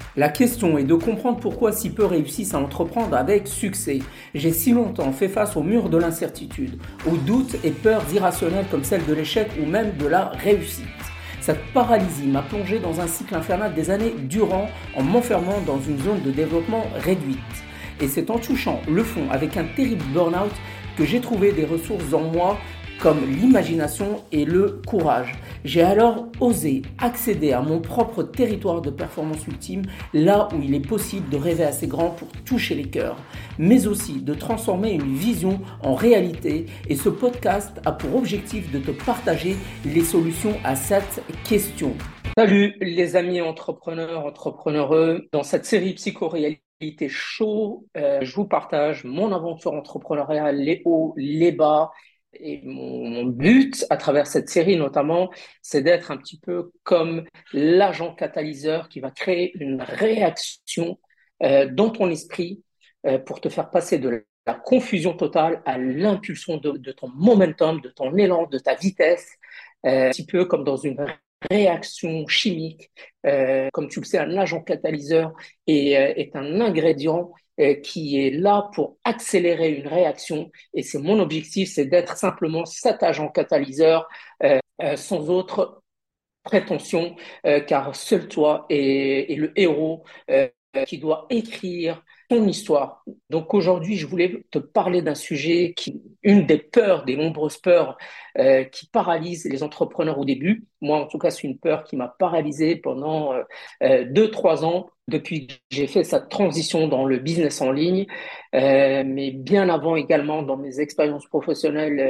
La question est de comprendre pourquoi si peu réussissent à entreprendre avec succès. J'ai si longtemps fait face au mur de l'incertitude, aux doutes et peurs irrationnelles comme celle de l'échec ou même de la réussite. Cette paralysie m'a plongé dans un cycle infernal des années durant en m'enfermant dans une zone de développement réduite. Et c'est en touchant le fond avec un terrible burn-out que j'ai trouvé des ressources en moi comme l'imagination et le courage. J'ai alors osé accéder à mon propre territoire de performance ultime, là où il est possible de rêver assez grand pour toucher les cœurs, mais aussi de transformer une vision en réalité. Et ce podcast a pour objectif de te partager les solutions à cette question. Salut les amis entrepreneurs, entrepreneureux. Dans cette série Psychoréalité Show, je vous partage mon aventure entrepreneuriale, les hauts, les bas. Et mon but à travers cette série notamment, c'est d'être un petit peu comme l'agent catalyseur qui va créer une réaction dans ton esprit pour te faire passer de la confusion totale à l'impulsion de ton momentum, de ton élan, de ta vitesse, un petit peu comme dans une réaction chimique. Comme tu le sais, un agent catalyseur est un ingrédient qui est là pour accélérer une réaction. Et c'est mon objectif, c'est d'être simplement cet agent catalyseur sans autre prétention, car seul toi est le héros qui doit écrire ton histoire. Donc aujourd'hui, je voulais te parler d'un sujet qui, une des peurs, des nombreuses peurs qui paralysent les entrepreneurs au début. Moi, en tout cas, c'est une peur qui m'a paralysé pendant 2, 3 ans depuis que j'ai fait cette transition dans le business en ligne, mais bien avant également dans mes expériences professionnelles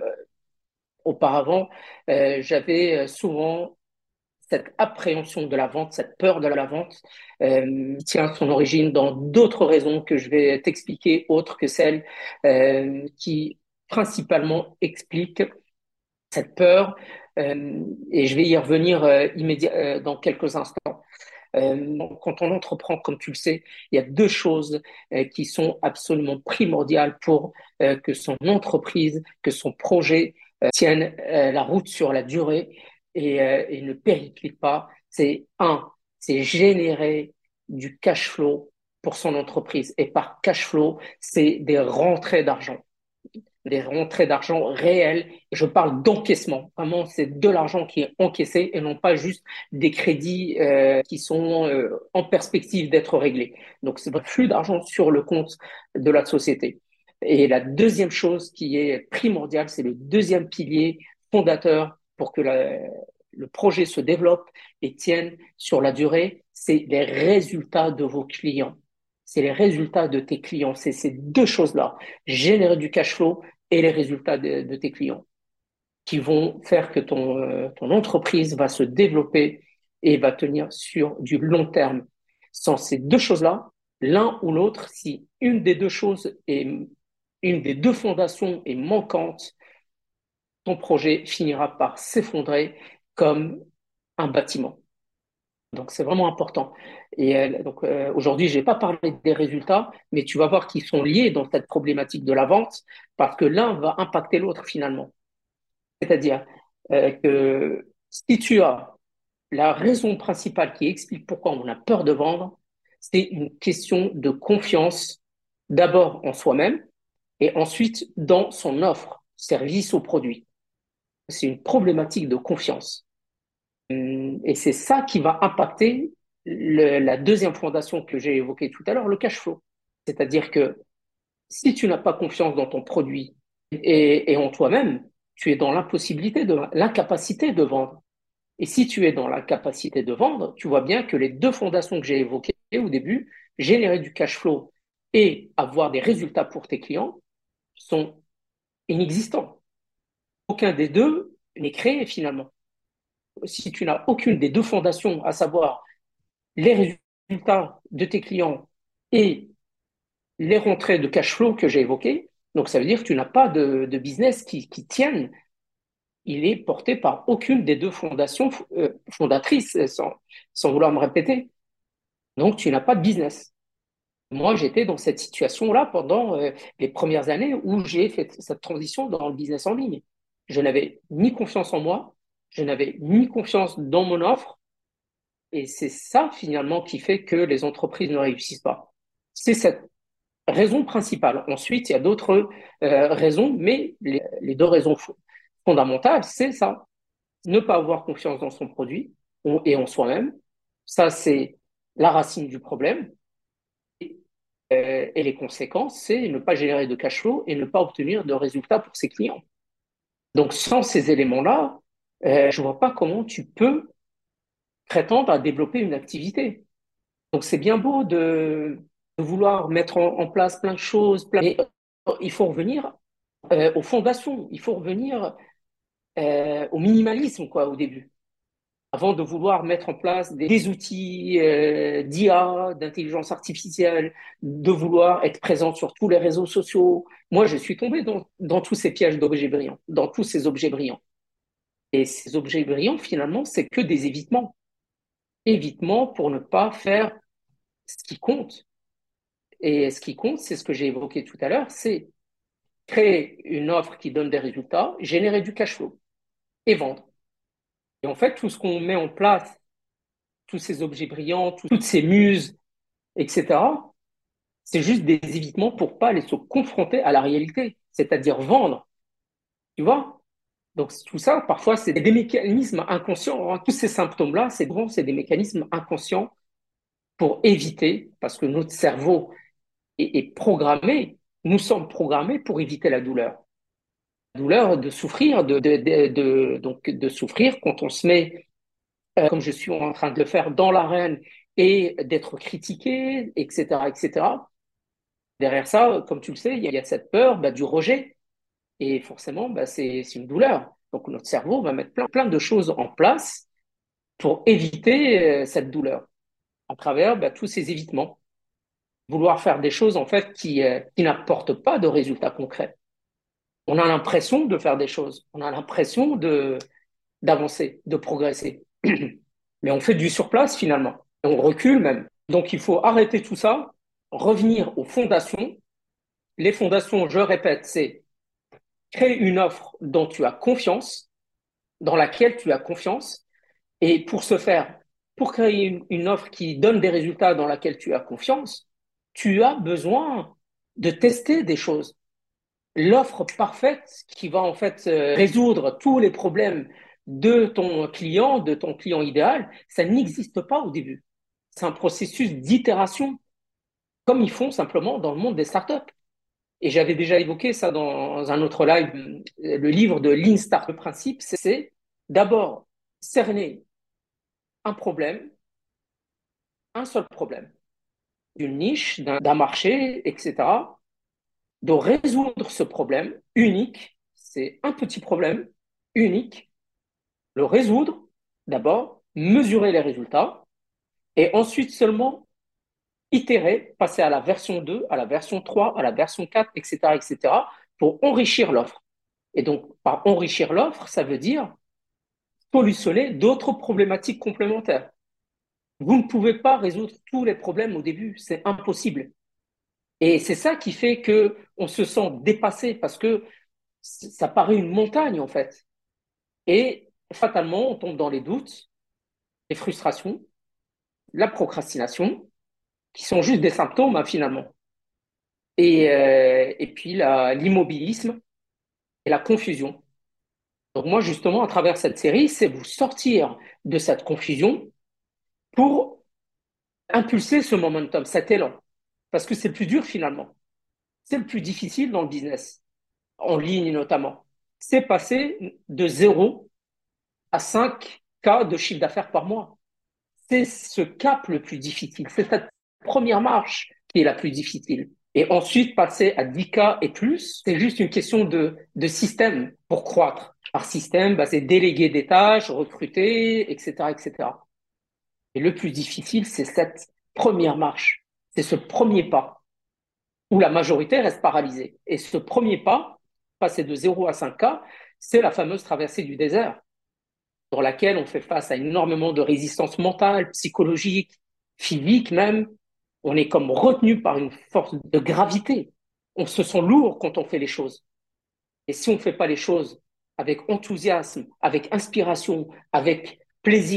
auparavant, j'avais souvent cette appréhension de la vente, cette peur de la vente, tient son origine dans d'autres raisons que je vais t'expliquer, autres que celles qui principalement expliquent cette peur. Et je vais y revenir dans quelques instants. Quand on entreprend, comme tu le sais, il y a deux choses qui sont absolument primordiales pour que son entreprise, que son projet tienne la route sur la durée et ne périclite pas. C'est un, c'est générer du cash flow pour son entreprise. Et par cash flow, c'est des rentrées d'argent réelles. Je parle d'encaissement. Vraiment, c'est de l'argent qui est encaissé et non pas juste des crédits qui sont en perspective d'être réglés. Donc, c'est un flux d'argent sur le compte de la société. Et la deuxième chose qui est primordiale, c'est le deuxième pilier fondateur pour que le projet se développe et tienne sur la durée, c'est les résultats de vos clients. C'est les résultats de tes clients. C'est ces deux choses-là, générer du cash flow et les résultats de tes clients qui vont faire que ton entreprise va se développer et va tenir sur du long terme. Sans ces deux choses-là, l'un ou l'autre, si une des deux fondations est manquante, ton projet finira par s'effondrer comme un bâtiment. Donc, c'est vraiment important. Et aujourd'hui, je vais pas parler des résultats, mais tu vas voir qu'ils sont liés dans cette problématique de la vente parce que l'un va impacter l'autre finalement. C'est-à-dire que si tu as la raison principale qui explique pourquoi on a peur de vendre, c'est une question de confiance d'abord en soi-même et ensuite dans son offre, service ou produit. C'est une problématique de confiance. Et c'est ça qui va impacter la deuxième fondation que j'ai évoquée tout à l'heure, le cash flow. C'est-à-dire que si tu n'as pas confiance dans ton produit et en toi-même, tu es dans l'incapacité de vendre. Et si tu es dans l'incapacité de vendre, tu vois bien que les deux fondations que j'ai évoquées au début, générer du cash flow et avoir des résultats pour tes clients, sont inexistants. Aucun des deux n'est créé finalement. Si tu n'as aucune des deux fondations, à savoir les résultats de tes clients et les rentrées de cash flow que j'ai évoquées, donc ça veut dire que tu n'as pas de business qui tienne. Il est porté par aucune des deux fondations fondatrices, sans vouloir me répéter. Donc tu n'as pas de business. Moi, j'étais dans cette situation-là pendant les premières années où j'ai fait cette transition dans le business en ligne. Je n'avais ni confiance en moi, je n'avais ni confiance dans mon offre, Et c'est ça, finalement, qui fait que les entreprises ne réussissent pas. C'est cette raison principale. Ensuite, il y a d'autres raisons, mais les deux raisons fondamentales, c'est ça. Ne pas avoir confiance dans son produit et en soi-même. Ça, c'est la racine du problème. Et les conséquences, c'est ne pas générer de cash flow et ne pas obtenir de résultats pour ses clients. Donc, sans ces éléments-là, je ne vois pas comment tu peux prétendre à développer une activité. Donc, c'est bien beau de vouloir mettre en place plein de choses, mais il faut revenir aux fondations, il faut revenir au minimalisme, quoi, au début. Avant de vouloir mettre en place des outils d'IA, d'intelligence artificielle, de vouloir être présent sur tous les réseaux sociaux. Moi, je suis tombé dans tous ces pièges d'objets brillants, dans tous ces objets brillants. Et ces objets brillants, finalement, c'est que des évitements. Évitements pour ne pas faire ce qui compte. Et ce qui compte, c'est ce que j'ai évoqué tout à l'heure, c'est créer une offre qui donne des résultats, générer du cash flow et vendre. Et en fait, tout ce qu'on met en place, tous ces objets brillants, toutes ces muses, etc., c'est juste des évitements pour pas aller se confronter à la réalité, c'est-à-dire vendre, tu vois? Donc tout ça, parfois, c'est des mécanismes inconscients, hein. Tous ces symptômes-là, c'est des mécanismes inconscients pour éviter, parce que notre cerveau est programmé, nous sommes programmés pour éviter la douleur. La douleur de souffrir, donc de souffrir quand on se met, comme je suis en train de le faire, dans l'arène et d'être critiqué, etc., etc. Derrière ça, comme tu le sais, il y a cette peur du rejet. Et forcément, c'est une douleur. Donc notre cerveau va mettre plein de choses en place pour éviter cette douleur à travers tous ces évitements. Vouloir faire des choses en fait qui n'apportent pas de résultats concrets. On a l'impression de faire des choses, on a l'impression d'avancer, de progresser. Mais on fait du surplace finalement. Et on recule même. Donc il faut arrêter tout ça, revenir aux fondations. Les fondations, je répète, c'est créer une offre dont tu as confiance, dans laquelle tu as confiance. Et pour ce faire, pour créer une offre qui donne des résultats dans laquelle tu as confiance, tu as besoin de tester des choses. L'offre parfaite qui va en fait résoudre tous les problèmes de ton client idéal, ça n'existe pas au début. C'est un processus d'itération, comme ils font simplement dans le monde des startups. Et j'avais déjà évoqué ça dans un autre live, le livre de Lean Start. Le principe, c'est d'abord cerner un problème, un seul problème, d'une niche, d'un marché, etc., de résoudre ce problème unique. C'est un petit problème unique, le résoudre d'abord, mesurer les résultats, et ensuite seulement itérer, passer à la version 2, à la version 3, à la version 4, etc., etc., pour enrichir l'offre. Et donc, par enrichir l'offre, ça veut dire solutionner d'autres problématiques complémentaires. Vous ne pouvez pas résoudre tous les problèmes au début, c'est impossible. Et c'est ça qui fait que on se sent dépassé parce que ça paraît une montagne en fait. Et fatalement, on tombe dans les doutes, les frustrations, la procrastination, qui sont juste des symptômes hein, finalement. Et puis l'immobilisme et la confusion. Donc moi, justement, à travers cette série, c'est vous sortir de cette confusion pour impulser ce momentum, cet élan. Parce que c'est le plus dur finalement. C'est le plus difficile dans le business, en ligne notamment. C'est passer de 0 à 5 cas de chiffre d'affaires par mois. C'est ce cap le plus difficile. C'est cette première marche qui est la plus difficile. Et ensuite, passer à 10 cas et plus, c'est juste une question de système pour croître. Par système, c'est déléguer des tâches, recruter, etc., etc. Et le plus difficile, c'est cette première marche. C'est ce premier pas où la majorité reste paralysée. Et ce premier pas, passer de 0 à 5 cas, c'est la fameuse traversée du désert, dans laquelle on fait face à énormément de résistance mentale, psychologique, physique même. On est comme retenu par une force de gravité. On se sent lourd quand on fait les choses. Et si on ne fait pas les choses avec enthousiasme, avec inspiration, avec plaisir,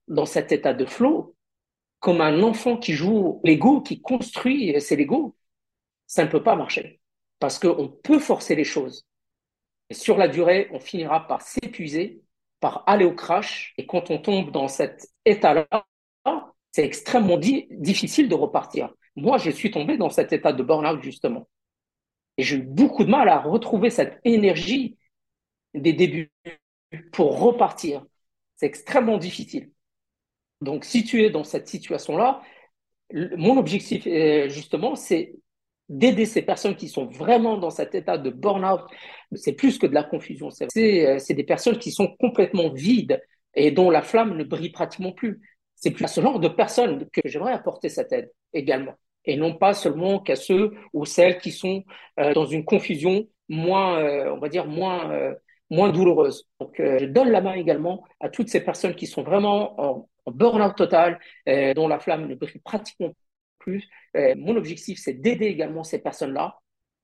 dans cet état de flow comme un enfant qui joue Lego, qui construit ses Lego. Ça ne peut pas marcher parce qu'on peut forcer les choses. Et sur la durée, on finira par s'épuiser, par aller au crash. Et quand on tombe dans cet état-là, c'est extrêmement difficile de repartir. Moi, je suis tombé dans cet état de burn-out, justement. Et j'ai eu beaucoup de mal à retrouver cette énergie des débuts pour repartir. C'est extrêmement difficile. Donc, si tu es dans cette situation-là, mon objectif, justement, c'est d'aider ces personnes qui sont vraiment dans cet état de burn-out. C'est plus que de la confusion. C'est des personnes qui sont complètement vides et dont la flamme ne brille pratiquement plus. C'est plus à ce genre de personnes que j'aimerais apporter cette aide également. Et non pas seulement qu'à ceux ou celles qui sont dans une confusion moins, on va dire, moins douloureuse. Donc, je donne la main également à toutes ces personnes qui sont vraiment en burn-out total, dont la flamme ne brille pratiquement plus. Mon objectif, c'est d'aider également ces personnes-là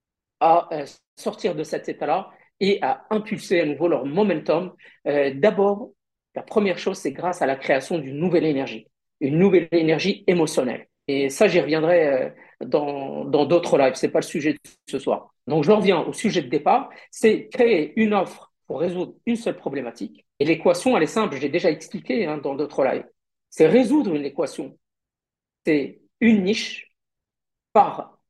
à sortir de cet état-là et à impulser à nouveau leur momentum. D'abord, la première chose, c'est grâce à la création d'une nouvelle énergie, une nouvelle énergie émotionnelle. Et ça, j'y reviendrai dans d'autres lives. C'est pas le sujet de ce soir. Donc, je reviens au sujet de départ. C'est créer une offre pour résoudre une seule problématique. Et l'équation, elle est simple. J'ai déjà expliqué dans d'autres lives. C'est résoudre une équation. C'est une niche par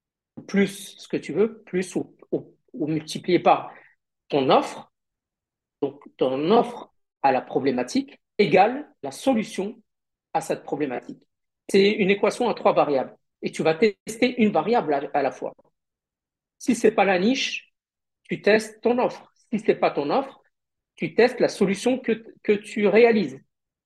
plus ce que tu veux, plus ou multiplié par ton offre. Donc, ton offre à la problématique égale la solution à cette problématique. C'est une équation à 3 variables et tu vas tester une variable à la fois. Si ce n'est pas la niche, tu testes ton offre. Si ce n'est pas ton offre, tu testes la solution que tu réalises.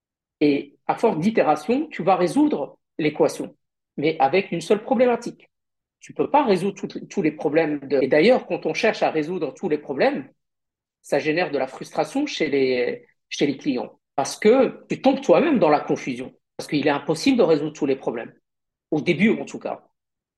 Et à force d'itération, tu vas résoudre l'équation, mais avec une seule problématique. Tu peux pas résoudre tous les problèmes. Et d'ailleurs, quand on cherche à résoudre tous les problèmes, ça génère de la frustration chez les clients. Parce que tu tombes toi-même dans la confusion. Parce qu'il est impossible de résoudre tous les problèmes. Au début, en tout cas.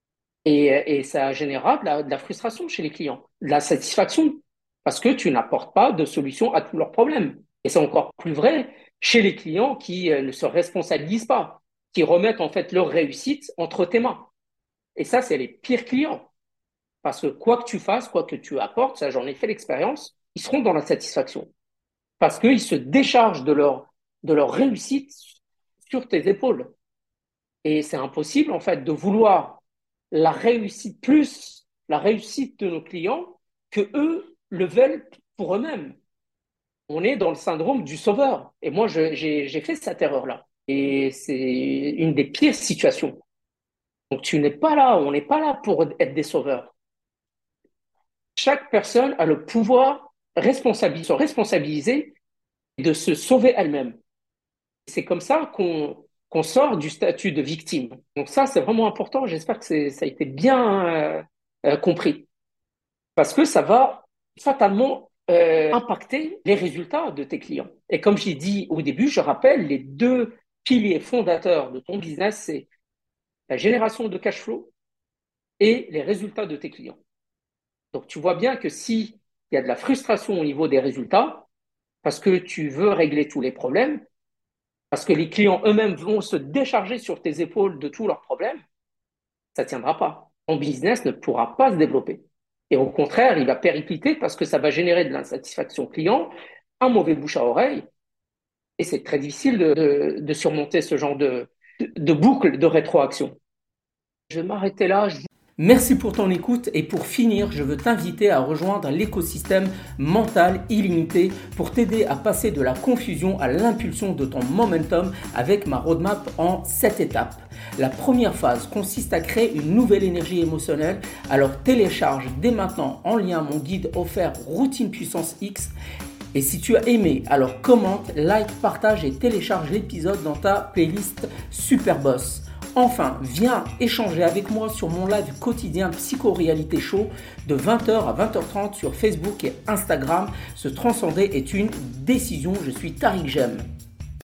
Et ça générera de la frustration chez les clients. De la satisfaction. Parce que tu n'apportes pas de solution à tous leurs problèmes. Et c'est encore plus vrai chez les clients qui ne se responsabilisent pas. Qui remettent en fait leur réussite entre tes mains. Et ça, c'est les pires clients. Parce que quoi que tu fasses, quoi que tu apportes, ça j'en ai fait l'expérience, ils seront dans la satisfaction. Parce qu'ils se déchargent de leur réussite sur tes épaules. Et c'est impossible, en fait, de vouloir la réussite plus la réussite de nos clients que eux le veulent pour eux-mêmes. On est dans le syndrome du sauveur. Et moi, j'ai fait cette erreur-là. Et c'est une des pires situations. Donc, on n'est pas là pour être des sauveurs. Chaque personne a le pouvoir se responsabiliser et de se sauver elle-même. C'est comme ça qu'on sort du statut de victime. Donc ça, c'est vraiment important. J'espère que ça a été bien compris. Parce que ça va fatalement impacter les résultats de tes clients. Et comme j'ai dit au début, je rappelle, les 2 piliers fondateurs de ton business, c'est la génération de cash flow et les résultats de tes clients. Donc, tu vois bien que s'il y a de la frustration au niveau des résultats, parce que tu veux régler tous les problèmes, parce que les clients eux-mêmes vont se décharger sur tes épaules de tous leurs problèmes, ça ne tiendra pas. Ton business ne pourra pas se développer. Et au contraire, il va péricliter parce que ça va générer de l'insatisfaction client, un mauvais bouche à oreille, et c'est très difficile de surmonter ce genre de boucle de rétroaction. Je vais m'arrêter là. Merci pour ton écoute et pour finir, je veux t'inviter à rejoindre l'écosystème mental illimité pour t'aider à passer de la confusion à l'impulsion de ton momentum avec ma roadmap en 7 étapes. La première phase consiste à créer une nouvelle énergie émotionnelle, alors télécharge dès maintenant en lien mon guide offert Routine Puissance X. Et si tu as aimé, alors commente, like, partage et télécharge l'épisode dans ta playlist Superboss. Enfin, viens échanger avec moi sur mon live quotidien Psycho-Réalité Show de 20h à 20h30 sur Facebook et Instagram. Se transcender est une décision. Je suis Tariq Jem.